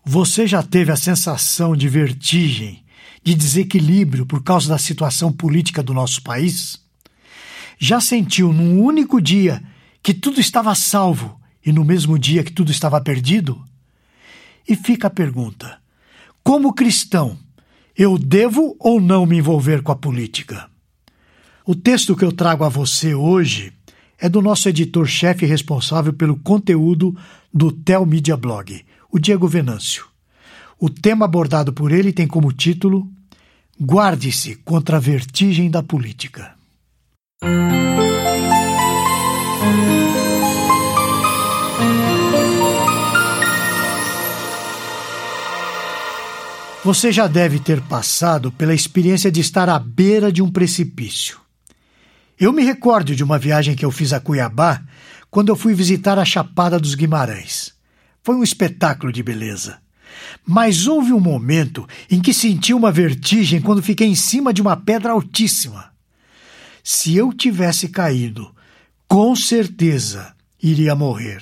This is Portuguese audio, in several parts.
Você já teve a sensação de vertigem, de desequilíbrio por causa da situação política do nosso país? Já sentiu num único dia que tudo estava salvo e no mesmo dia que tudo estava perdido? E fica a pergunta: como cristão, eu devo ou não me envolver com a política? O texto que eu trago a você hoje é do nosso editor-chefe responsável pelo conteúdo do Tel Media Blog, o Diego Venâncio. O tema abordado por ele tem como título Guarde-se contra a vertigem da política. Você já deve ter passado pela experiência de estar à beira de um precipício. Eu me recordo de uma viagem que eu fiz a Cuiabá quando eu fui visitar a Chapada dos Guimarães. Foi um espetáculo de beleza. Mas houve um momento em que senti uma vertigem quando fiquei em cima de uma pedra altíssima. Se eu tivesse caído, com certeza iria morrer.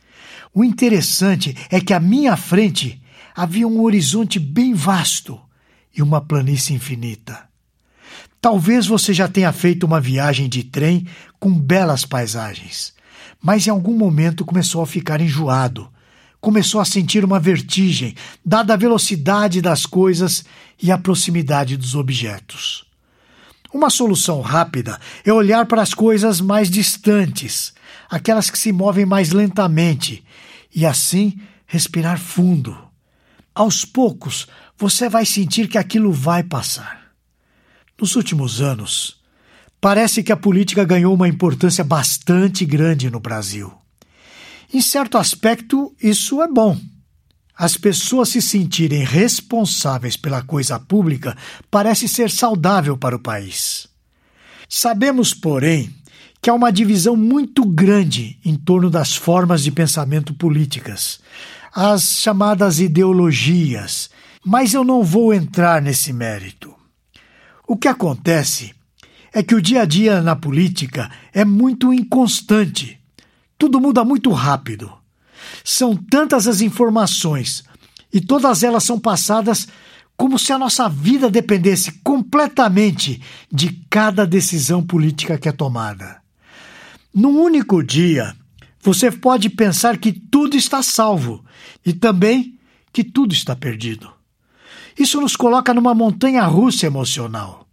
O interessante é que à minha frente havia um horizonte bem vasto e uma planície infinita. Talvez você já tenha feito uma viagem de trem com belas paisagens, mas em algum momento começou a ficar enjoado, começou a sentir uma vertigem, dada a velocidade das coisas e a proximidade dos objetos. Uma solução rápida é olhar para as coisas mais distantes, aquelas que se movem mais lentamente, e assim respirar fundo. Aos poucos, você vai sentir que aquilo vai passar. Nos últimos anos, parece que a política ganhou uma importância bastante grande no Brasil. Em certo aspecto, isso é bom. As pessoas se sentirem responsáveis pela coisa pública parece ser saudável para o país. Sabemos, porém, que há uma divisão muito grande em torno das formas de pensamento políticas, as chamadas ideologias, mas eu não vou entrar nesse mérito. O que acontece é que o dia a dia na política é muito inconstante. Tudo muda muito rápido. São tantas as informações e todas elas são passadas como se a nossa vida dependesse completamente de cada decisão política que é tomada. Num único dia, você pode pensar que tudo está salvo e também que tudo está perdido. Isso nos coloca numa montanha-russa emocional.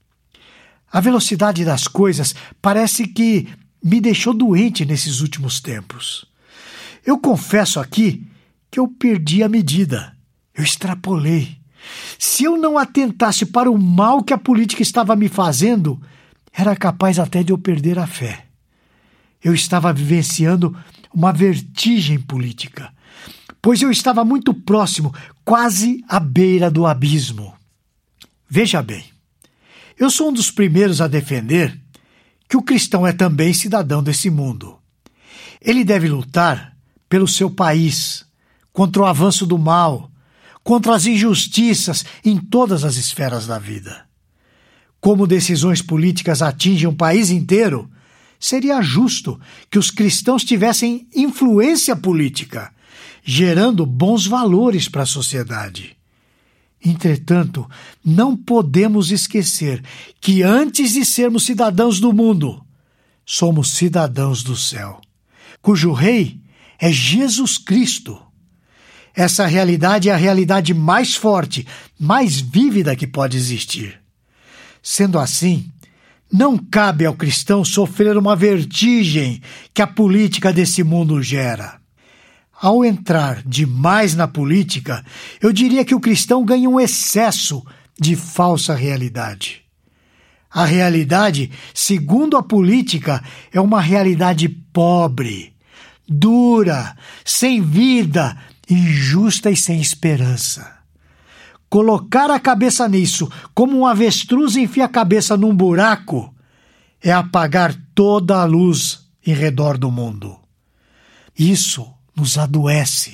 A velocidade das coisas parece que me deixou doente nesses últimos tempos. Eu confesso aqui que eu perdi a medida. Eu extrapolei. Se eu não atentasse para o mal que a política estava me fazendo, era capaz até de eu perder a fé. Eu estava vivenciando uma vertigem política, pois eu estava muito próximo, quase à beira do abismo. Veja bem, eu sou um dos primeiros a defender que o cristão é também cidadão desse mundo. Ele deve lutar pelo seu país, contra o avanço do mal, contra as injustiças em todas as esferas da vida. Como decisões políticas atingem um país inteiro, seria justo que os cristãos tivessem influência política, gerando bons valores para a sociedade. Entretanto, não podemos esquecer que antes de sermos cidadãos do mundo, somos cidadãos do céu, cujo rei é Jesus Cristo. Essa realidade é a realidade mais forte, mais vívida que pode existir. Sendo assim, não cabe ao cristão sofrer uma vertigem que a política desse mundo gera. Ao entrar demais na política, eu diria que o cristão ganha um excesso de falsa realidade. A realidade, segundo a política, é uma realidade pobre, dura, sem vida, injusta e sem esperança. Colocar a cabeça nisso, como um avestruz enfia a cabeça num buraco, é apagar toda a luz em redor do mundo. Isso nos adoece.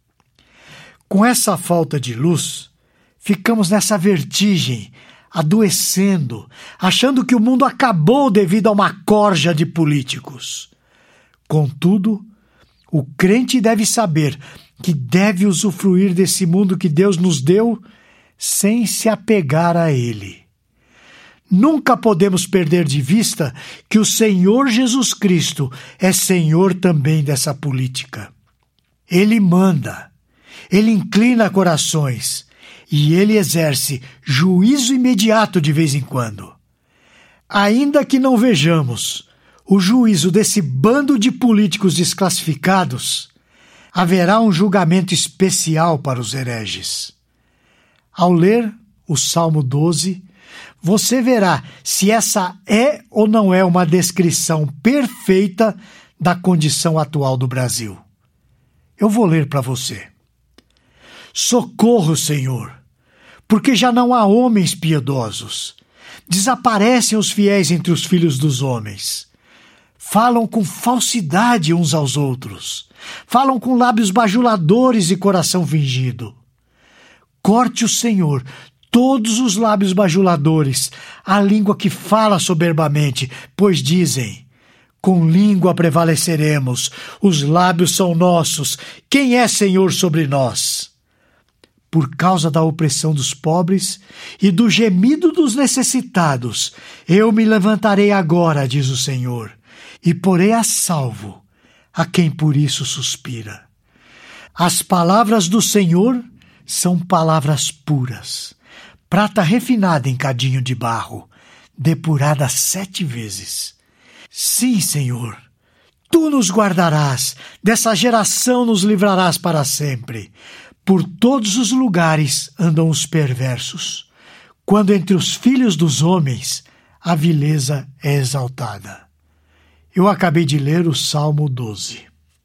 Com essa falta de luz, ficamos nessa vertigem, adoecendo, achando que o mundo acabou devido a uma corja de políticos. Contudo, o crente deve saber que deve usufruir desse mundo que Deus nos deu sem se apegar a ele. Nunca podemos perder de vista que o Senhor Jesus Cristo é Senhor também dessa política. Ele manda, ele inclina corações e ele exerce juízo imediato de vez em quando. Ainda que não vejamos o juízo desse bando de políticos desclassificados, haverá um julgamento especial para os hereges. Ao ler o Salmo 12, você verá se essa é ou não é uma descrição perfeita da condição atual do Brasil. Eu vou ler para você. Socorro, Senhor, porque já não há homens piedosos. Desaparecem os fiéis entre os filhos dos homens. Falam com falsidade uns aos outros. Falam com lábios bajuladores e coração fingido. Corte o Senhor todos os lábios bajuladores, a língua que fala soberbamente, pois dizem: com língua prevaleceremos, os lábios são nossos, quem é Senhor sobre nós? Por causa da opressão dos pobres e do gemido dos necessitados, eu me levantarei agora, diz o Senhor, e porei a salvo a quem por isso suspira. As palavras do Senhor são palavras puras, prata refinada em cadinho de barro, depurada 7 vezes. Sim, Senhor, Tu nos guardarás, dessa geração nos livrarás para sempre. Por todos os lugares andam os perversos, quando entre os filhos dos homens a vileza é exaltada. Eu acabei de ler o Salmo 12.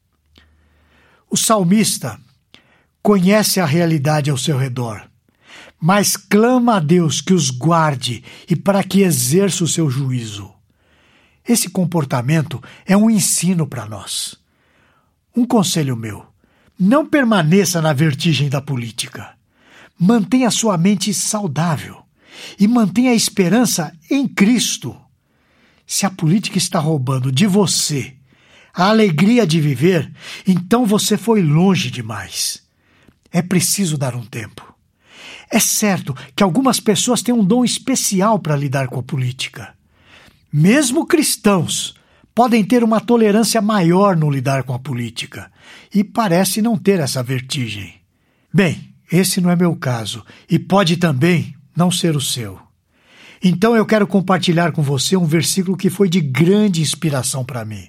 O salmista conhece a realidade ao seu redor, mas clama a Deus que os guarde e para que exerça o seu juízo. Esse comportamento é um ensino para nós. Um conselho meu: não permaneça na vertigem da política. Mantenha sua mente saudável e mantenha a esperança em Cristo. Se a política está roubando de você a alegria de viver, então você foi longe demais. É preciso dar um tempo. É certo que algumas pessoas têm um dom especial para lidar com a política. Mesmo cristãos podem ter uma tolerância maior no lidar com a política e parece não ter essa vertigem. Bem, esse não é meu caso e pode também não ser o seu. Então eu quero compartilhar com você um versículo que foi de grande inspiração para mim.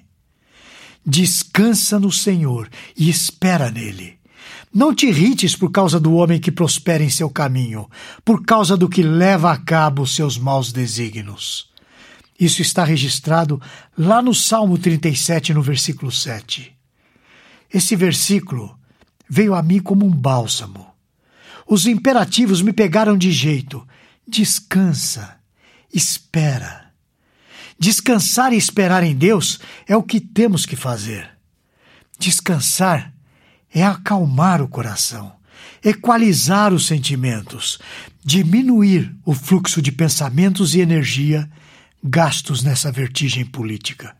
Descansa no Senhor e espera nele. Não te irrites por causa do homem que prospera em seu caminho, por causa do que leva a cabo os seus maus desígnios. Isso está registrado lá no Salmo 37, no versículo 7. Esse versículo veio a mim como um bálsamo. Os imperativos me pegaram de jeito. Descansa, espera. Descansar e esperar em Deus é o que temos que fazer. Descansar é acalmar o coração, equalizar os sentimentos, diminuir o fluxo de pensamentos e energia gastos nessa vertigem política.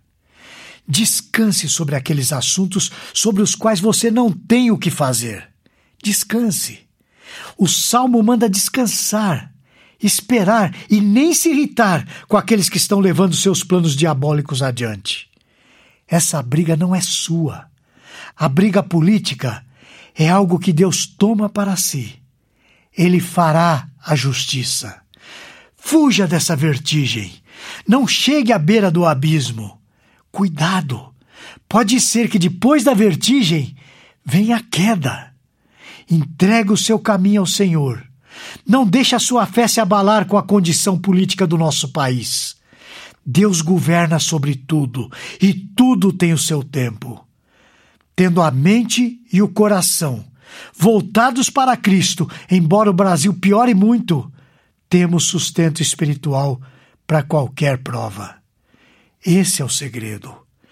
Descanse sobre aqueles assuntos sobre os quais você não tem o que fazer. Descanse. O Salmo manda descansar, esperar e nem se irritar com aqueles que estão levando seus planos diabólicos adiante. Essa briga não é sua. A briga política é algo que Deus toma para si. Ele fará a justiça. Fuja dessa vertigem. Não chegue à beira do abismo. Cuidado! Pode ser que depois da vertigem venha a queda. Entregue o seu caminho ao Senhor. Não deixe a sua fé se abalar com a condição política do nosso país. Deus governa sobre tudo e tudo tem o seu tempo. Tendo a mente e o coração voltados para Cristo, embora o Brasil piore muito, temos sustento espiritual para qualquer prova. Esse é o segredo.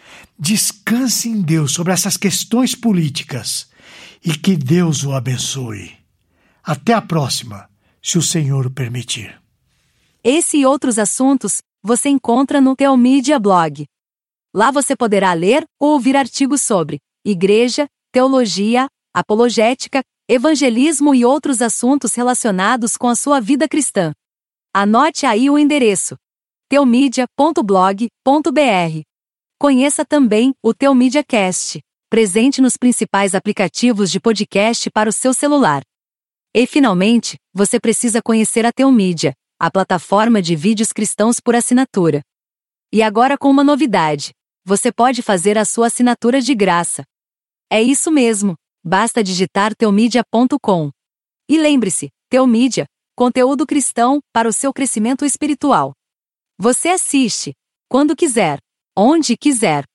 Descanse em Deus sobre essas questões políticas e que Deus o abençoe. Até a próxima, se o Senhor o permitir. Esse e outros assuntos você encontra no Teomídia Blog. Lá você poderá ler ou ouvir artigos sobre igreja, teologia, apologética, evangelismo e outros assuntos relacionados com a sua vida cristã. Anote aí o endereço: teomídia.blog.br. Conheça também o Teomídia Cast, presente nos principais aplicativos de podcast para o seu celular. E finalmente, você precisa conhecer a Teomídia, a plataforma de vídeos cristãos por assinatura. E agora com uma novidade: você pode fazer a sua assinatura de graça. É isso mesmo, basta digitar teomídia.com. E lembre-se, Teomídia, conteúdo cristão para o seu crescimento espiritual. Você assiste, quando quiser, onde quiser,